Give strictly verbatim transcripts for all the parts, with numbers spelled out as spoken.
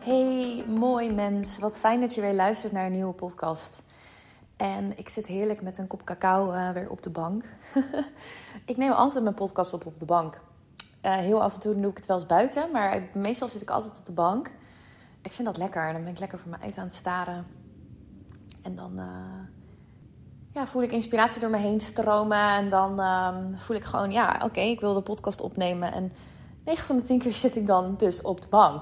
Hey, mooi mens. Wat fijn dat je weer luistert naar een nieuwe podcast. En ik zit heerlijk met een kop cacao uh, weer op de bank. Ik neem altijd mijn podcast op op de bank. Uh, heel af en toe doe ik het wel eens buiten, maar meestal zit ik altijd op de bank. Ik vind dat lekker. Dan ben ik lekker voor mijn uit aan het staren. En dan uh, ja, voel ik inspiratie door me heen stromen. En dan uh, voel ik gewoon, ja, oké, okay, ik wil de podcast opnemen. En negen van de tien keer zit ik dan dus op de bank.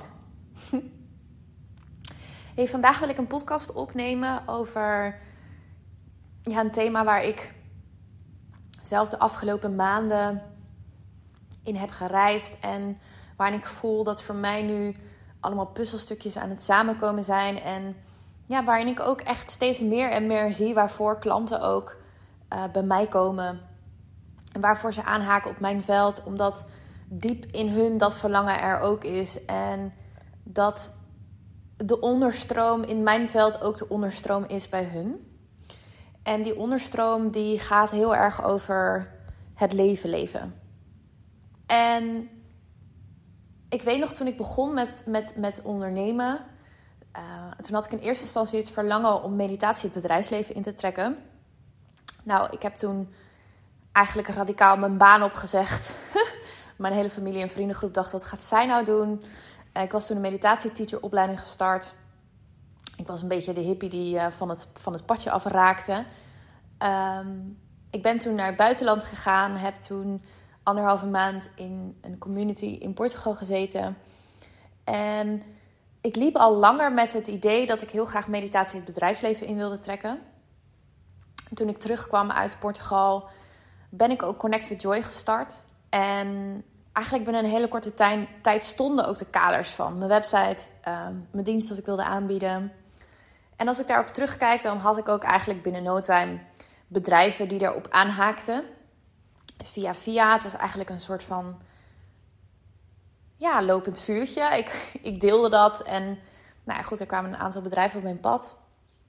Hey, vandaag wil ik een podcast opnemen over ja, een thema waar ik zelf de afgelopen maanden in heb gereisd. En waarin ik voel dat voor mij nu allemaal puzzelstukjes aan het samenkomen zijn. En ja, waarin ik ook echt steeds meer en meer zie waarvoor klanten ook uh, bij mij komen. En waarvoor ze aanhaken op mijn veld. Omdat diep in hun dat verlangen er ook is. En dat de onderstroom in mijn veld ook de onderstroom is bij hun. En die onderstroom die gaat heel erg over het leven leven. En ik weet nog toen ik begon met, met, met ondernemen. Uh, toen had ik in eerste instantie het verlangen om meditatie het bedrijfsleven in te trekken. Nou, ik heb toen eigenlijk radicaal mijn baan opgezegd. Mijn hele familie en vriendengroep dacht, wat gaat zij nou doen? Ik was toen een meditatieteacheropleiding gestart. Ik was een beetje de hippie die uh, van, het, van het padje afraakte. Um, ik ben toen naar het buitenland gegaan. Heb toen anderhalve maand in een community in Portugal gezeten. En ik liep al langer met het idee dat ik heel graag meditatie het bedrijfsleven in wilde trekken. En toen ik terugkwam uit Portugal ben ik ook Connect with Joy gestart. En eigenlijk binnen een hele korte tijd stonden ook de kaders van mijn website, uh, mijn dienst dat ik wilde aanbieden. En als ik daarop terugkijk, dan had ik ook eigenlijk binnen no time bedrijven die daarop aanhaakten. Via via, het was eigenlijk een soort van ja, lopend vuurtje. Ik, ik deelde dat en nou ja, goed, er kwamen een aantal bedrijven op mijn pad.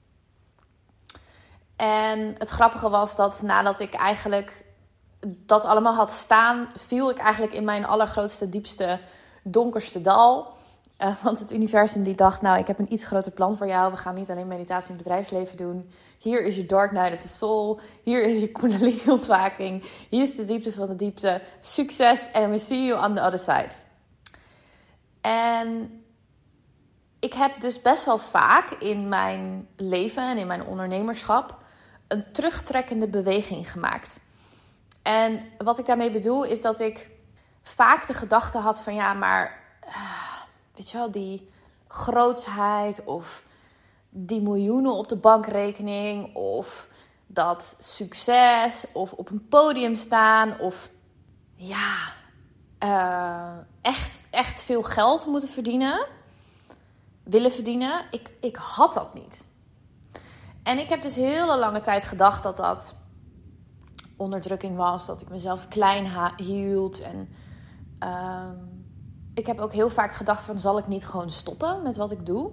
En het grappige was dat nadat ik eigenlijk dat allemaal had staan, viel ik eigenlijk in mijn allergrootste, diepste, donkerste dal. Uh, want het universum die dacht, nou, ik heb een iets groter plan voor jou. We gaan niet alleen meditatie in het bedrijfsleven doen. Hier is je dark night of the soul. Hier is je kundalini-ontwaking. Hier is de diepte van de diepte. Succes and we see you on the other side. En ik heb dus best wel vaak in mijn leven en in mijn ondernemerschap een terugtrekkende beweging gemaakt. En wat ik daarmee bedoel is dat ik vaak de gedachte had van ja, maar uh, weet je wel, die grootsheid of die miljoenen op de bankrekening of dat succes of op een podium staan of ja, uh, echt, echt veel geld moeten verdienen, willen verdienen. Ik, ik had dat niet. En ik heb dus heel lange tijd gedacht dat dat onderdrukking was, dat ik mezelf klein ha- hield. En uh, ik heb ook heel vaak gedacht van, zal ik niet gewoon stoppen met wat ik doe?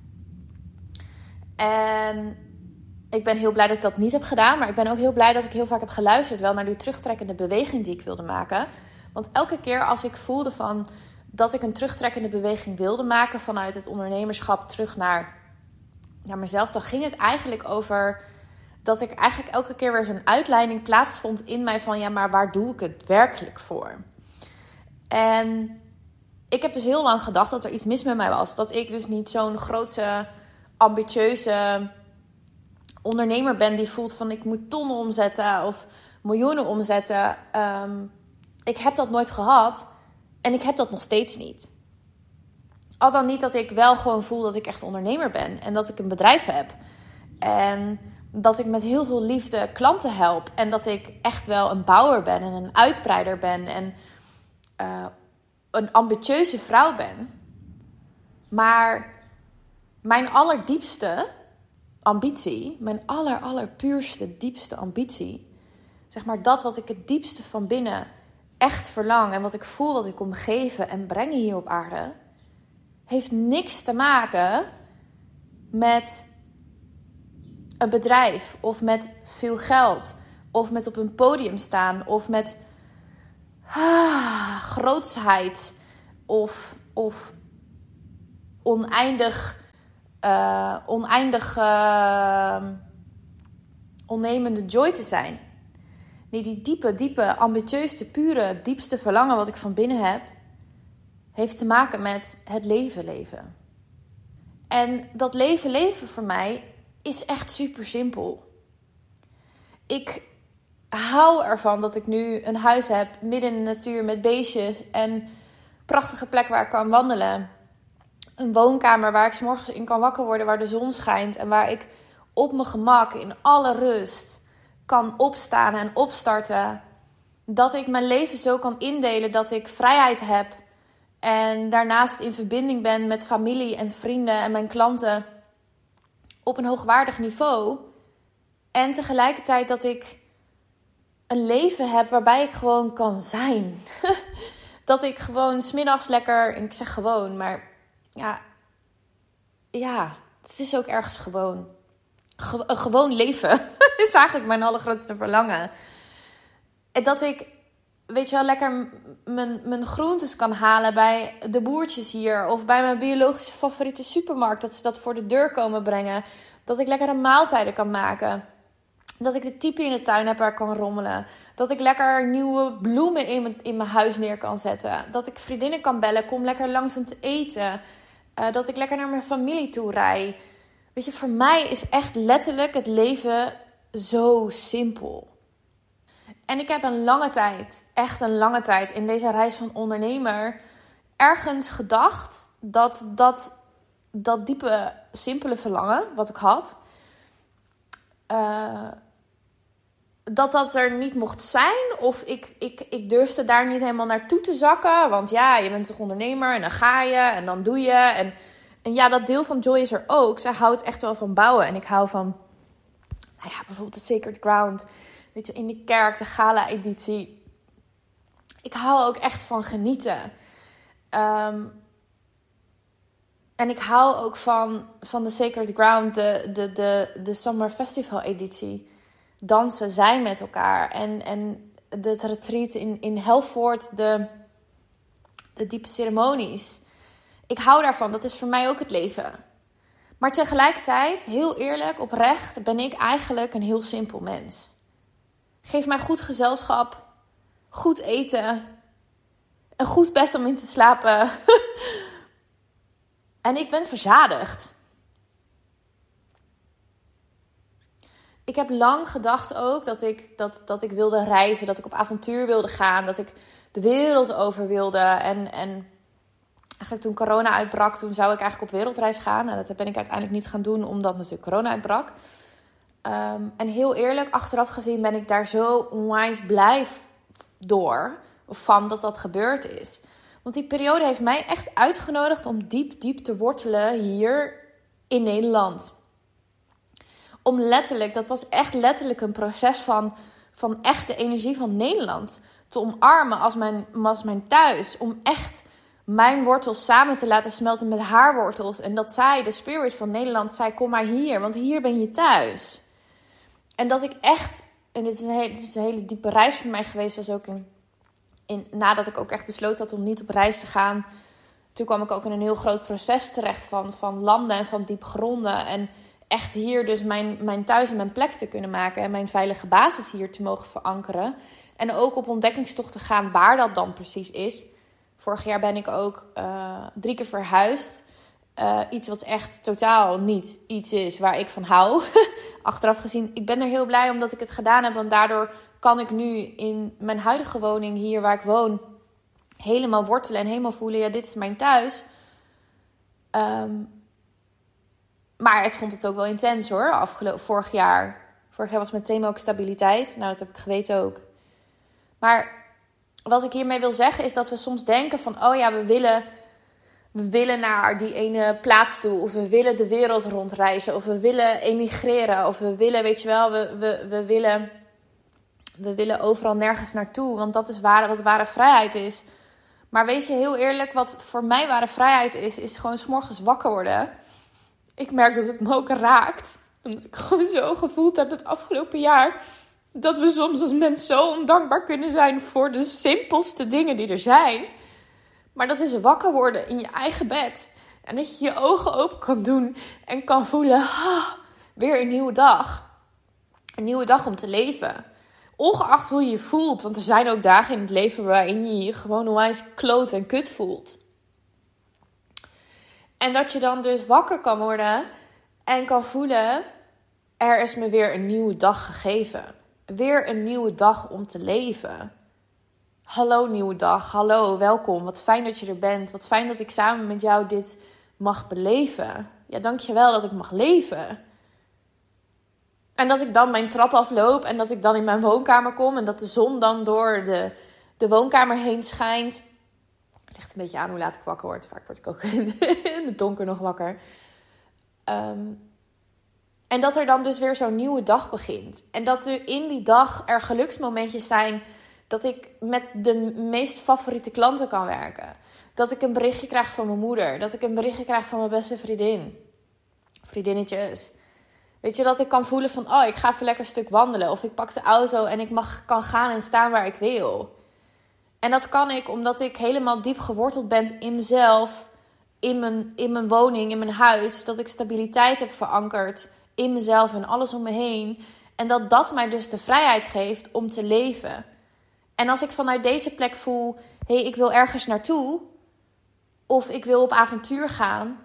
En ik ben heel blij dat ik dat niet heb gedaan, maar ik ben ook heel blij dat ik heel vaak heb geluisterd wel naar die terugtrekkende beweging die ik wilde maken. Want elke keer als ik voelde van dat ik een terugtrekkende beweging wilde maken vanuit het ondernemerschap terug naar, naar mezelf, dan ging het eigenlijk over dat ik eigenlijk elke keer weer zo'n uitleiding plaatsvond in mij van ja, maar waar doe ik het werkelijk voor? En ik heb dus heel lang gedacht dat er iets mis met mij was. Dat ik dus niet zo'n grootse, ambitieuze ondernemer ben die voelt van ik moet tonnen omzetten of miljoenen omzetten. Um, ik heb dat nooit gehad en ik heb dat nog steeds niet. Al dan niet dat ik wel gewoon voel dat ik echt ondernemer ben en dat ik een bedrijf heb. En dat ik met heel veel liefde klanten help. En dat ik echt wel een bouwer ben en een uitbreider ben. En uh, een ambitieuze vrouw ben. Maar mijn allerdiepste ambitie, mijn aller, allerpuurste, diepste ambitie, zeg maar dat wat ik het diepste van binnen echt verlang en wat ik voel wat ik kom geven en brengen hier op aarde, heeft niks te maken met een bedrijf of met veel geld of met op een podium staan of met ah, grootsheid of, of oneindig, uh, oneindig uh, onnemende joy te zijn. Nee, die diepe, diepe, ambitieuze, pure, diepste verlangen wat ik van binnen heb, heeft te maken met het leven leven. En dat leven leven voor mij is echt super simpel. Ik hou ervan dat ik nu een huis heb midden in de natuur met beestjes en een prachtige plek waar ik kan wandelen. Een woonkamer waar ik 's morgens in kan wakker worden, waar de zon schijnt en waar ik op mijn gemak in alle rust kan opstaan en opstarten. Dat ik mijn leven zo kan indelen dat ik vrijheid heb en daarnaast in verbinding ben met familie en vrienden en mijn klanten op een hoogwaardig niveau. En tegelijkertijd dat ik een leven heb waarbij ik gewoon kan zijn. Dat ik gewoon 's middags lekker, en ik zeg gewoon, maar ja, ja, het is ook ergens gewoon. Ge- een gewoon leven is eigenlijk mijn allergrootste verlangen. En dat ik, weet je wel, lekker m- mijn, mijn groentes kan halen bij de boertjes hier. Of bij mijn biologische favoriete supermarkt. Dat ze dat voor de deur komen brengen. Dat ik lekkere maaltijden kan maken. Dat ik de type in de tuin heb waar ik kan rommelen. Dat ik lekker nieuwe bloemen in mijn, in mijn huis neer kan zetten. Dat ik vriendinnen kan bellen, kom lekker langs om te eten. Uh, dat ik lekker naar mijn familie toe rij. Weet je, voor mij is echt letterlijk het leven zo simpel. En ik heb een lange tijd, echt een lange tijd in deze reis van ondernemer ergens gedacht dat dat, dat diepe, simpele verlangen wat ik had, Uh, dat dat er niet mocht zijn. Of ik, ik, ik durfde daar niet helemaal naartoe te zakken. Want ja, je bent toch ondernemer en dan ga je en dan doe je. En, en ja, dat deel van Joy is er ook. Zij houdt echt wel van bouwen. En ik hou van, nou ja, bijvoorbeeld de Sacred Ground. Weet je, in de kerk, de gala-editie. Ik hou ook echt van genieten. Um, En ik hou ook van, van de Sacred Ground, de, de, de, de Summer Festival editie. Dansen, zijn met elkaar. En, en het retreat in, in Helvoort, de, de diepe ceremonies. Ik hou daarvan, dat is voor mij ook het leven. Maar tegelijkertijd, heel eerlijk, oprecht, ben ik eigenlijk een heel simpel mens. Geef mij goed gezelschap, goed eten, een goed bed om in te slapen. En ik ben verzadigd. Ik heb lang gedacht ook dat ik, dat, dat ik wilde reizen. Dat ik op avontuur wilde gaan. Dat ik de wereld over wilde. En, en eigenlijk toen corona uitbrak, toen zou ik eigenlijk op wereldreis gaan. Nou, dat ben ik uiteindelijk niet gaan doen, omdat natuurlijk corona uitbrak. Um, en heel eerlijk, achteraf gezien ben ik daar zo onwijs blij door. Of van dat dat gebeurd is. Want die periode heeft mij echt uitgenodigd om diep, diep te wortelen hier in Nederland. Om letterlijk, dat was echt letterlijk een proces van, van echt de energie van Nederland te omarmen als mijn, als mijn thuis. Om echt mijn wortels samen te laten smelten met haar wortels. En dat zij, de spirit van Nederland, zei: kom maar hier, want hier ben je thuis. En dat ik echt, en dit is een hele, dit is een hele diepe reis voor mij geweest, was ook in... In, nadat ik ook echt besloten had om niet op reis te gaan. Toen kwam ik ook in een heel groot proces terecht van, van landen en van diep gronden. En echt hier dus mijn, mijn thuis en mijn plek te kunnen maken. En mijn veilige basis hier te mogen verankeren. En ook op ontdekkingstocht te gaan waar dat dan precies is. Vorig jaar ben ik ook uh, drie keer verhuisd. Uh, iets wat echt totaal niet iets is waar ik van hou. Achteraf gezien, ik ben er heel blij omdat ik het gedaan heb. Want daardoor kan ik nu in mijn huidige woning hier waar ik woon helemaal wortelen en helemaal voelen: ja, dit is mijn thuis. Um, maar ik vond het ook wel intens hoor, afgelopen vorig jaar. Vorig jaar was mijn thema ook stabiliteit. Nou, dat heb ik geweten ook. Maar wat ik hiermee wil zeggen is dat we soms denken van: oh ja, we willen, we willen naar die ene plaats toe. Of we willen de wereld rondreizen. Of we willen emigreren. Of we willen, weet je wel, we, we, we willen... We willen overal nergens naartoe, want dat is ware, wat ware vrijheid is. Maar wees je heel eerlijk, wat voor mij ware vrijheid is, is gewoon 's morgens wakker worden. Ik merk dat het me ook raakt. Omdat ik gewoon zo gevoeld heb het afgelopen jaar, dat we soms als mens zo ondankbaar kunnen zijn voor de simpelste dingen die er zijn. Maar dat is wakker worden in je eigen bed. En dat je je ogen open kan doen en kan voelen, ah, weer een nieuwe dag. Een nieuwe dag om te leven. Ongeacht hoe je je voelt, want er zijn ook dagen in het leven waarin je je gewoon onwijs kloot en kut voelt. En dat je dan dus wakker kan worden en kan voelen, er is me weer een nieuwe dag gegeven. Weer een nieuwe dag om te leven. Hallo nieuwe dag, hallo, welkom. Wat fijn dat je er bent. Wat fijn dat ik samen met jou dit mag beleven. Ja, dankjewel dat ik mag leven. En dat ik dan mijn trap afloop en dat ik dan in mijn woonkamer kom en dat de zon dan door de, de woonkamer heen schijnt. Ligt een beetje aan hoe laat ik wakker word. Vaak word ik ook in het donker nog wakker. Um, en dat er dan dus weer zo'n nieuwe dag begint. En dat er in die dag er geluksmomentjes zijn dat ik met de meest favoriete klanten kan werken. Dat ik een berichtje krijg van mijn moeder. Dat ik een berichtje krijg van mijn beste vriendin. Vriendinnetjes. Weet je, dat ik kan voelen van, oh, ik ga even lekker een stuk wandelen. Of ik pak de auto en ik mag, kan gaan en staan waar ik wil. En dat kan ik omdat ik helemaal diep geworteld ben in mezelf. In mijn, in mijn woning, in mijn huis. Dat ik stabiliteit heb verankerd in mezelf en alles om me heen. En dat dat mij dus de vrijheid geeft om te leven. En als ik vanuit deze plek voel, hé, hey, ik wil ergens naartoe. Of ik wil op avontuur gaan.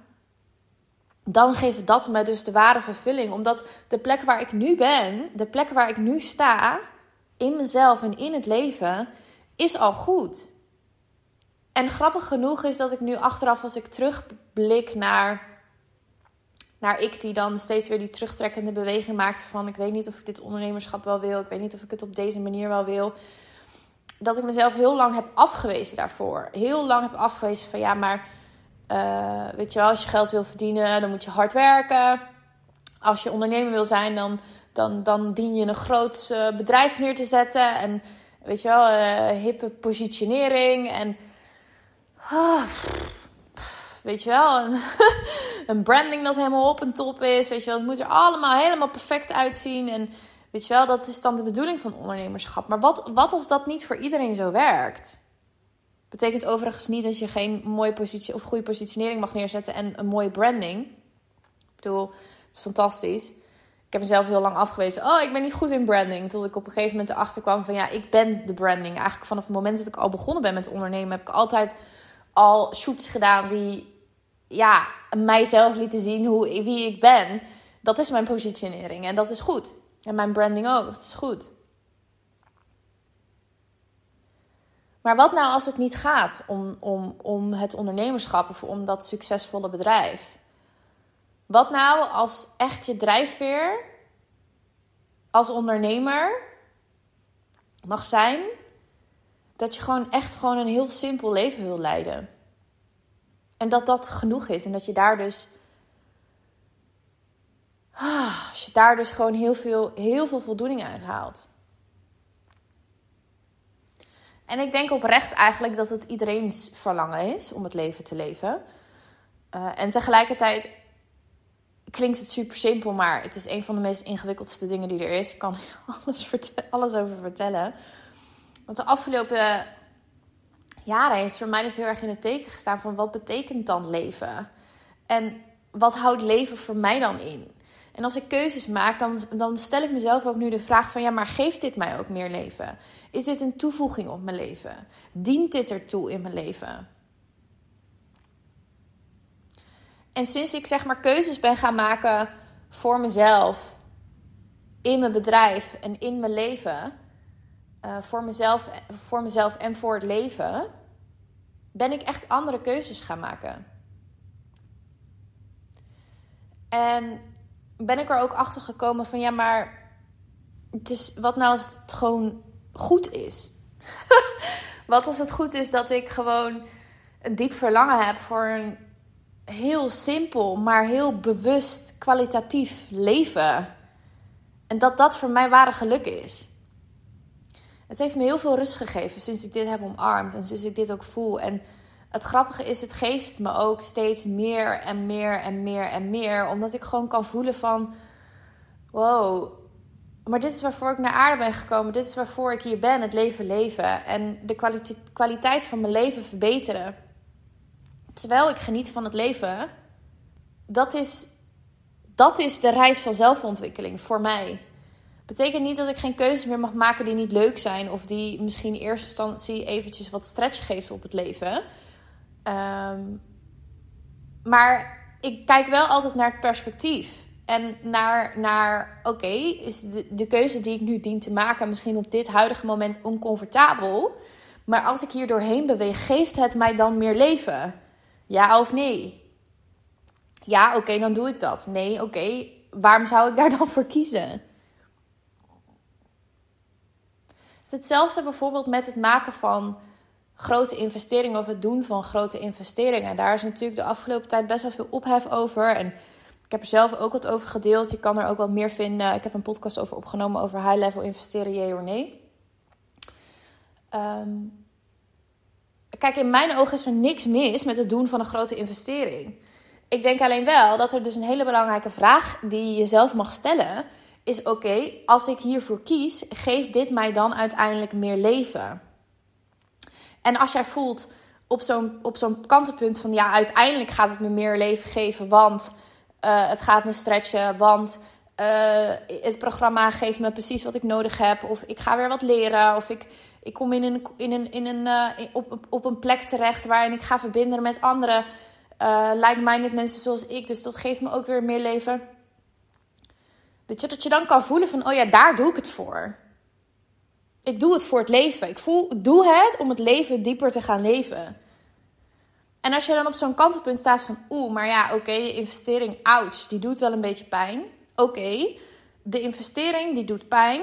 Dan geeft dat me dus de ware vervulling. Omdat de plek waar ik nu ben, de plek waar ik nu sta, in mezelf en in het leven, is al goed. En grappig genoeg is dat ik nu achteraf, als ik terugblik naar, naar ik die dan steeds weer die terugtrekkende beweging maakte van, ik weet niet of ik dit ondernemerschap wel wil, ik weet niet of ik het op deze manier wel wil, dat ik mezelf heel lang heb afgewezen daarvoor. Heel lang heb afgewezen van ja, maar Uh, weet je wel, als je geld wil verdienen, dan moet je hard werken. Als je ondernemer wil zijn, dan, dan, dan dien je een groot uh, bedrijf neer te zetten. En weet je wel, uh, hippe positionering. En uh, weet je wel, een, een branding dat helemaal op en top is. Weet je wel, het moet er allemaal helemaal perfect uitzien. En weet je wel, dat is dan de bedoeling van ondernemerschap. Maar wat, wat als dat niet voor iedereen zo werkt? Betekent overigens niet dat je geen mooie positie of goede positionering mag neerzetten en een mooie branding. Ik bedoel, het is fantastisch. Ik heb mezelf heel lang afgewezen. Oh, ik ben niet goed in branding. Tot ik op een gegeven moment erachter kwam van ja, ik ben de branding. Eigenlijk vanaf het moment dat ik al begonnen ben met ondernemen, heb ik altijd al shoots gedaan die ja, mijzelf lieten zien hoe, wie ik ben. Dat is mijn positionering en dat is goed. En mijn branding ook, dat is goed. Maar wat nou als het niet gaat om, om, om het ondernemerschap of om dat succesvolle bedrijf? Wat nou als echt je drijfveer als ondernemer mag zijn dat je gewoon echt gewoon een heel simpel leven wil leiden? En dat dat genoeg is en dat je daar dus, als je daar dus gewoon heel veel, heel veel voldoening uit haalt. En ik denk oprecht eigenlijk dat het iedereen's verlangen is om het leven te leven. Uh, en tegelijkertijd klinkt het super simpel, maar het is een van de meest ingewikkeldste dingen die er is. Ik kan alles, vertel- alles over vertellen. Want de afgelopen jaren heeft voor mij dus heel erg in het teken gestaan van wat betekent dan leven? En wat houdt leven voor mij dan in? En als ik keuzes maak, dan, dan stel ik mezelf ook nu de vraag van ja, maar geeft dit mij ook meer leven? Is dit een toevoeging op mijn leven? Dient dit ertoe in mijn leven? En sinds ik zeg maar keuzes ben gaan maken voor mezelf, in mijn bedrijf en in mijn leven, uh, voor mezelf, voor mezelf en voor het leven, ben ik echt andere keuzes gaan maken. En ben ik er ook achter gekomen van ja, maar het is, wat nou als het gewoon goed is? Wat als het goed is dat ik gewoon een diep verlangen heb voor een heel simpel, maar heel bewust, kwalitatief leven. En dat dat voor mij ware geluk is. Het heeft me heel veel rust gegeven sinds ik dit heb omarmd en sinds ik dit ook voel. En het grappige is, het geeft me ook steeds meer en meer en meer en meer. Omdat ik gewoon kan voelen van, wow, maar dit is waarvoor ik naar aarde ben gekomen. Dit is waarvoor ik hier ben, het leven leven. En de kwaliteit, kwaliteit van mijn leven verbeteren. terwijl ik geniet van het leven, dat is, dat is de reis van zelfontwikkeling voor mij. Betekent niet dat ik geen keuzes meer mag maken die niet leuk zijn, of die misschien in eerste instantie eventjes wat stretch geeft op het leven. Um, maar ik kijk wel altijd naar het perspectief. En naar, naar oké, okay, is de, de keuze die ik nu dien te maken misschien op dit huidige moment oncomfortabel. Maar als ik hier doorheen beweeg, geeft het mij dan meer leven? Ja of nee? Ja, oké, okay, dan doe ik dat. Nee, oké, okay, waarom zou ik daar dan voor kiezen? Het is hetzelfde bijvoorbeeld met het maken van grote investeringen of het doen van grote investeringen. Daar is natuurlijk de afgelopen tijd best wel veel ophef over. En ik heb er zelf ook wat over gedeeld. Je kan er ook wat meer vinden. Ik heb een podcast over opgenomen over high-level investeren, ja of nee. Um, kijk, in mijn ogen is er niks mis met het doen van een grote investering. Ik denk alleen wel dat er dus een hele belangrijke vraag die je jezelf mag stellen is: oké, okay, als ik hiervoor kies, geeft dit mij dan uiteindelijk meer leven? En als jij voelt op zo'n, op zo'n kantelpunt van ja, uiteindelijk gaat het me meer leven geven, want uh, het gaat me stretchen, want uh, het programma geeft me precies wat ik nodig heb, of ik ga weer wat leren, of ik, ik kom in een, in een, in een, uh, op, op een plek terecht waarin ik ga verbinden met andere uh, like-minded mensen zoals ik, dus dat geeft me ook weer meer leven. Weet je, dat je dan kan voelen van, oh ja, daar doe ik het voor. Ik doe het voor het leven. Ik voel, ik doe het om het leven dieper te gaan leven. En als je dan op zo'n kantelpunt staat van, oeh, maar ja, oké, okay, de investering, ouch, die doet wel een beetje pijn. Oké, okay, de investering, die doet pijn.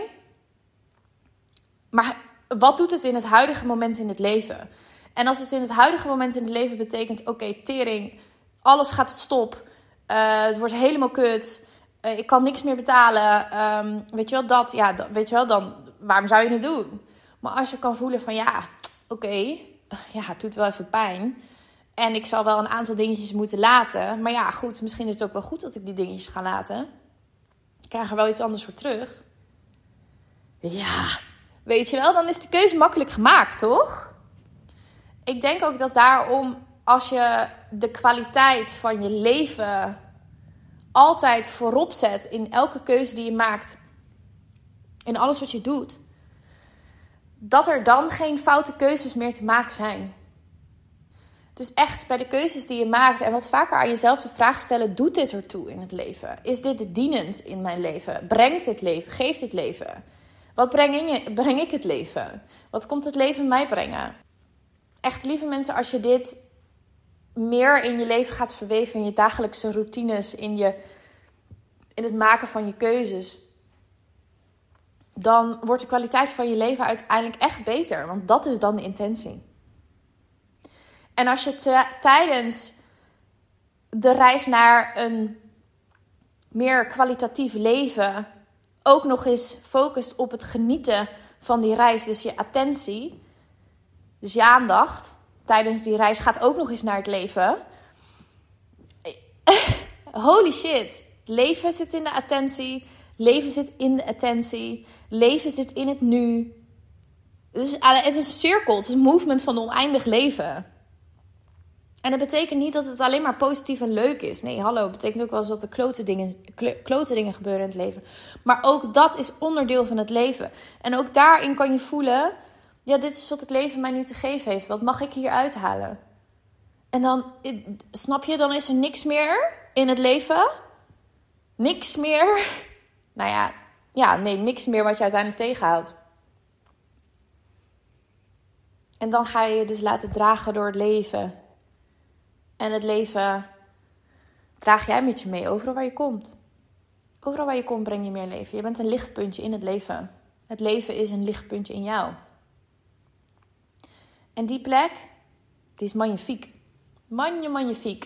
Maar wat doet het in het huidige moment in het leven? En als het in het huidige moment in het leven betekent, oké, okay, tering, alles gaat tot stop. Uh, het wordt helemaal kut. Uh, ik kan niks meer betalen. Um, weet je wel, dat, ja, dat, weet je wel, dan, waarom zou je het doen? Maar als je kan voelen van, ja, oké, okay, ja, het doet wel even pijn. En ik zal wel een aantal dingetjes moeten laten. Maar ja, goed, misschien is het ook wel goed dat ik die dingetjes ga laten. Ik krijg er wel iets anders voor terug. Ja, weet je wel, dan is de keuze makkelijk gemaakt, toch? Ik denk ook dat daarom, als je de kwaliteit van je leven altijd voorop zet in elke keuze die je maakt, in alles wat je doet, dat er dan geen foute keuzes meer te maken zijn. Dus echt bij de keuzes die je maakt en wat vaker aan jezelf de vraag stellen: doet dit ertoe in het leven? Is dit dienend in mijn leven? Brengt dit leven? Geeft dit leven? Wat breng ik, breng ik het leven? Wat komt het leven mij brengen? Echt, lieve mensen, als je dit meer in je leven gaat verweven, in je dagelijkse routines, in, je, in het maken van je keuzes, dan wordt de kwaliteit van je leven uiteindelijk echt beter. Want dat is dan de intentie. En als je te, tijdens de reis naar een meer kwalitatief leven ook nog eens focust op het genieten van die reis, dus je attentie, dus je aandacht tijdens die reis gaat ook nog eens naar het leven. Holy shit. Leven zit in de attentie. Leven zit in de attentie. Leven zit in het nu. Het is, het is een cirkel. Het is een movement van oneindig leven. En dat betekent niet dat het alleen maar positief en leuk is. Nee, hallo. Het betekent ook wel eens dat er klote dingen, klote dingen gebeuren in het leven. Maar ook dat is onderdeel van het leven. En ook daarin kan je voelen, ja, dit is wat het leven mij nu te geven heeft. Wat mag ik hier uithalen? En dan, snap je, dan is er niks meer in het leven. Niks meer. Nou ja, ja, nee, niks meer wat je uiteindelijk tegenhoudt. En dan ga je je dus laten dragen door het leven. En het leven draag jij met je mee overal waar je komt. Overal waar je komt breng je meer leven. Je bent een lichtpuntje in het leven. Het leven is een lichtpuntje in jou. En die plek, die is magnifiek. Manje, magnifiek.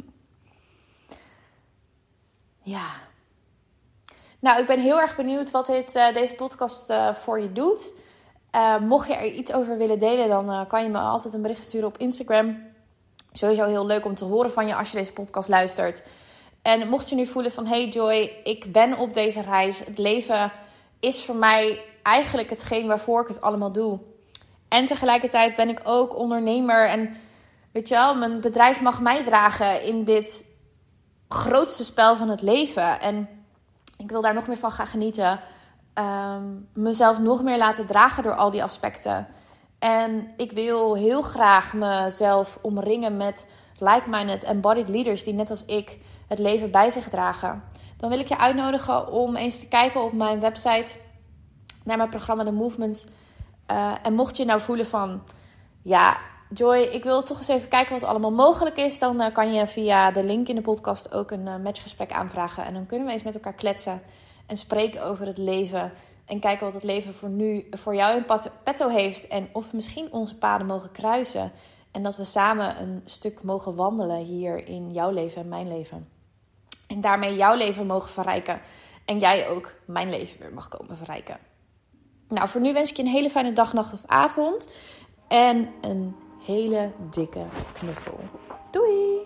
Ja. Nou, ik ben heel erg benieuwd wat dit, uh, deze podcast uh, voor je doet. Uh, mocht je er iets over willen delen, dan uh, kan je me altijd een bericht sturen op Instagram. Sowieso heel leuk om te horen van je als je deze podcast luistert. En mocht je nu voelen van, hey Joy, ik ben op deze reis. Het leven is voor mij eigenlijk hetgeen waarvoor ik het allemaal doe. En tegelijkertijd ben ik ook ondernemer en Weet je wel, mijn bedrijf mag mij dragen in dit grootste spel van het leven. En ik wil daar nog meer van gaan genieten. Um, mezelf nog meer laten dragen door al die aspecten. En ik wil heel graag mezelf omringen met like-minded, embodied leaders die net als ik het leven bij zich dragen. Dan wil ik je uitnodigen om eens te kijken op mijn website naar mijn programma The Movement. Uh, en mocht je nou voelen van, ja, Joy, ik wil toch eens even kijken wat allemaal mogelijk is. Dan uh, kan je via de link in de podcast ook een uh, matchgesprek aanvragen. En dan kunnen we eens met elkaar kletsen en spreken over het leven. En kijken wat het leven voor nu voor jou in petto heeft. En of we misschien onze paden mogen kruisen. En dat we samen een stuk mogen wandelen hier in jouw leven en mijn leven. En daarmee jouw leven mogen verrijken. En jij ook mijn leven weer mag komen verrijken. Nou, voor nu wens ik je een hele fijne dag, nacht of avond. En een hele dikke knuffel. Doei!